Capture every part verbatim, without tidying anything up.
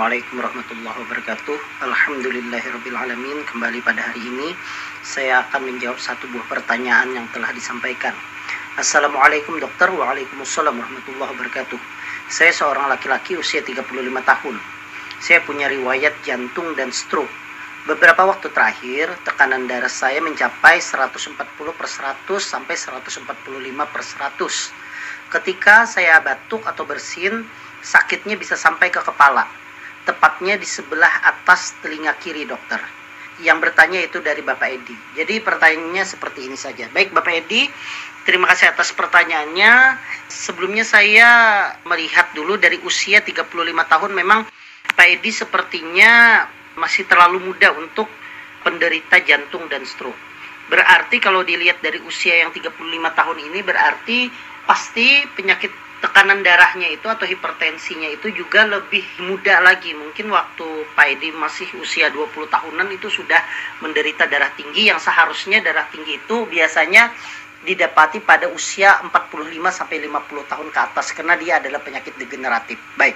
Assalamualaikum warahmatullahi wabarakatuh. Alhamdulillahirrabbilalamin. Kembali pada hari ini saya akan menjawab satu buah pertanyaan yang telah disampaikan. Assalamualaikum dokter. Waalaikumsalam warahmatullahi wabarakatuh. Saya seorang laki-laki usia tiga puluh lima tahun. Saya punya riwayat jantung dan stroke. Beberapa waktu terakhir tekanan darah saya mencapai seratus empat puluh per seratus sampai seratus empat puluh lima per seratus. Ketika saya batuk atau bersin, sakitnya bisa sampai ke kepala, tepatnya di sebelah atas telinga kiri dokter. Yang bertanya itu dari Bapak Edi. Jadi pertanyaannya seperti ini saja. Baik Bapak Edi, terima kasih atas pertanyaannya. Sebelumnya saya melihat dulu dari usia tiga puluh lima tahun, memang Pak Edi sepertinya masih terlalu muda untuk penderita jantung dan stroke. Berarti kalau dilihat dari usia yang tiga puluh lima tahun ini, berarti pasti penyakit tekanan darahnya itu atau hipertensinya itu juga lebih muda lagi. Mungkin waktu Pak Edi masih usia dua puluh tahunan itu sudah menderita darah tinggi, yang seharusnya darah tinggi itu biasanya didapati pada usia empat puluh lima sampai lima puluh tahun ke atas, karena dia adalah penyakit degeneratif. Baik.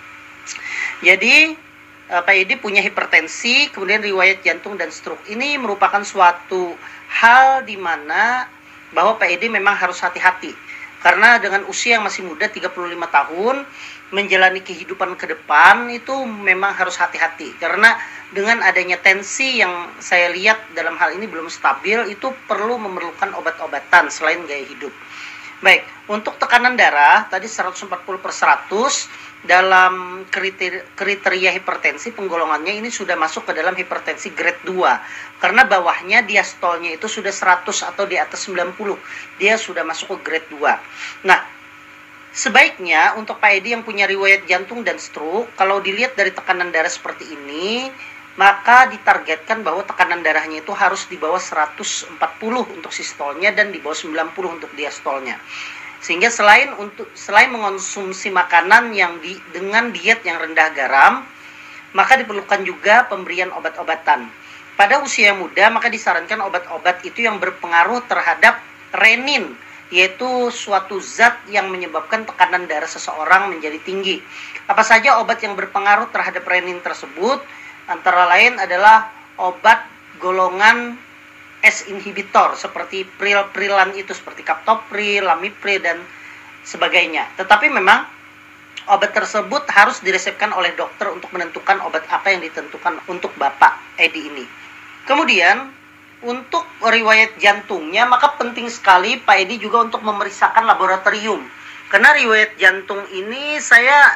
Jadi Pak Edi punya hipertensi, kemudian riwayat jantung dan stroke. Ini merupakan suatu hal di mana bahwa Pak Edi memang harus hati-hati. Karena dengan usia yang masih muda, tiga puluh lima tahun, menjalani kehidupan ke depan itu memang harus hati-hati. Karena dengan adanya tensi yang saya lihat dalam hal ini belum stabil, itu perlu memerlukan obat-obatan selain gaya hidup. Baik, untuk tekanan darah, tadi seratus empat puluh per seratus, dalam kriteria, kriteria hipertensi penggolongannya ini sudah masuk ke dalam hipertensi grade dua. Karena bawahnya diastolnya itu sudah seratus atau di atas sembilan puluh. Dia sudah masuk ke grade dua. Nah, sebaiknya untuk Pak Edi yang punya riwayat jantung dan stroke, kalau dilihat dari tekanan darah seperti ini, maka ditargetkan bahwa tekanan darahnya itu harus di bawah seratus empat puluh untuk sistolnya dan di bawah sembilan puluh untuk diastolnya. Sehingga selain untuk selain mengonsumsi makanan yang di, dengan diet yang rendah garam, maka diperlukan juga pemberian obat-obatan. Pada usia muda maka disarankan obat-obat itu yang berpengaruh terhadap renin, yaitu suatu zat yang menyebabkan tekanan darah seseorang menjadi tinggi. Apa saja obat yang berpengaruh terhadap renin tersebut? Antara lain adalah obat golongan S inhibitor seperti pril-prilan itu, seperti captopril, lamipril dan sebagainya. Tetapi memang obat tersebut harus diresepkan oleh dokter untuk menentukan obat apa yang ditentukan untuk Bapak Edi ini. Kemudian untuk riwayat jantungnya, maka penting sekali Pak Edi juga untuk memeriksakan laboratorium. Karena riwayat jantung ini saya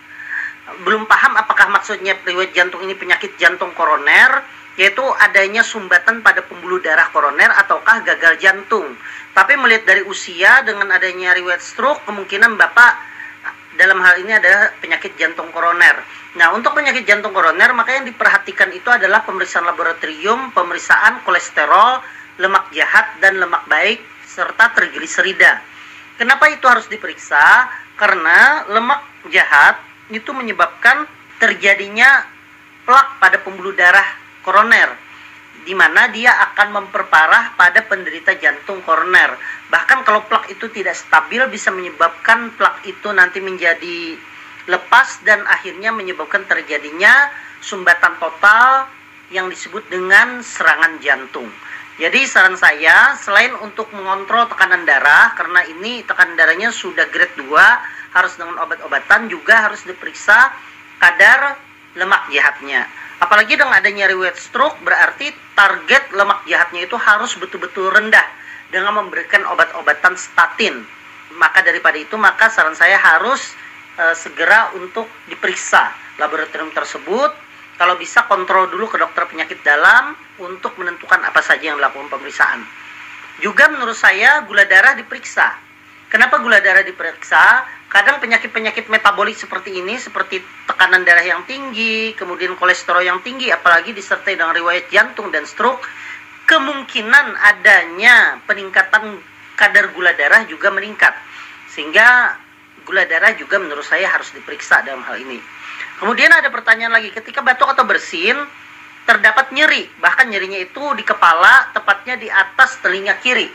belum paham apakah maksudnya riwayat jantung ini penyakit jantung koroner, yaitu adanya sumbatan pada pembuluh darah koroner ataukah gagal jantung. Tapi melihat dari usia dengan adanya riwayat stroke, kemungkinan Bapak dalam hal ini adalah penyakit jantung koroner. Nah, untuk penyakit jantung koroner, maka yang diperhatikan itu adalah pemeriksaan laboratorium, pemeriksaan kolesterol, lemak jahat dan lemak baik, serta trigliserida. Kenapa itu harus diperiksa? Karena lemak jahat itu menyebabkan terjadinya plak pada pembuluh darah koroner, di mana dia akan memperparah pada penderita jantung koroner. Bahkan kalau plak itu tidak stabil, bisa menyebabkan plak itu nanti menjadi lepas dan akhirnya menyebabkan terjadinya sumbatan total yang disebut dengan serangan jantung. Jadi saran saya, selain untuk mengontrol tekanan darah, karena ini tekanan darahnya sudah grade dua, harus dengan obat-obatan, juga harus diperiksa kadar lemak jahatnya. Apalagi dengan adanya riwayat stroke, berarti target lemak jahatnya itu harus betul-betul rendah dengan memberikan obat-obatan statin. Maka daripada itu, maka saran saya harus e, segera untuk diperiksa laboratorium tersebut. Kalau bisa kontrol dulu ke dokter penyakit dalam untuk menentukan apa saja yang melakukan pemeriksaan. Juga menurut saya gula darah diperiksa. Kenapa gula darah diperiksa? Kadang penyakit-penyakit metabolik seperti ini, seperti tekanan darah yang tinggi, kemudian kolesterol yang tinggi, apalagi disertai dengan riwayat jantung dan stroke, kemungkinan adanya peningkatan kadar gula darah juga meningkat. Sehingga gula darah juga menurut saya harus diperiksa dalam hal ini. Kemudian ada pertanyaan lagi, ketika batuk atau bersin, terdapat nyeri, bahkan nyerinya itu di kepala, tepatnya di atas telinga kiri.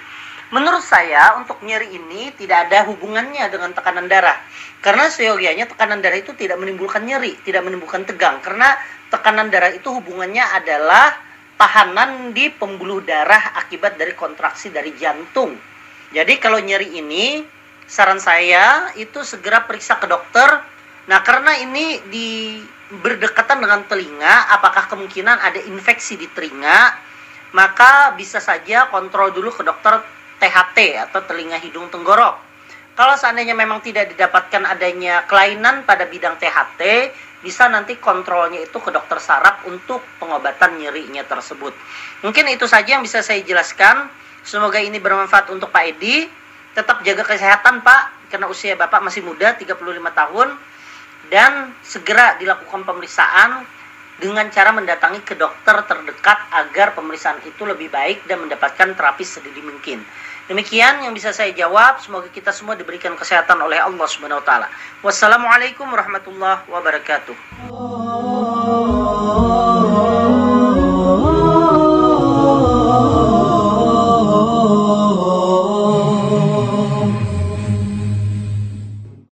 Menurut saya untuk nyeri ini tidak ada hubungannya dengan tekanan darah. Karena seyogianya tekanan darah itu tidak menimbulkan nyeri, tidak menimbulkan tegang. Karena tekanan darah itu hubungannya adalah tahanan di pembuluh darah akibat dari kontraksi dari jantung. Jadi kalau nyeri ini, saran saya itu segera periksa ke dokter. Nah, karena ini di berdekatan dengan telinga, apakah kemungkinan ada infeksi di telinga, maka bisa saja kontrol dulu ke dokter T H T atau telinga hidung tenggorok. Kalau seandainya memang tidak didapatkan adanya kelainan pada bidang T H T, bisa nanti kontrolnya itu ke dokter saraf untuk pengobatan nyerinya tersebut. Mungkin itu saja yang bisa saya jelaskan. Semoga ini bermanfaat untuk Pak Edi. Tetap jaga kesehatan Pak, karena usia Bapak masih muda, tiga puluh lima tahun. Dan segera dilakukan pemeriksaan dengan cara mendatangi ke dokter terdekat agar pemeriksaan itu lebih baik dan mendapatkan terapi sedini mungkin. Demikian yang bisa saya jawab. Semoga kita semua diberikan kesehatan oleh Allah Subhanahu wa taala. Wassalamualaikum warahmatullahi wabarakatuh.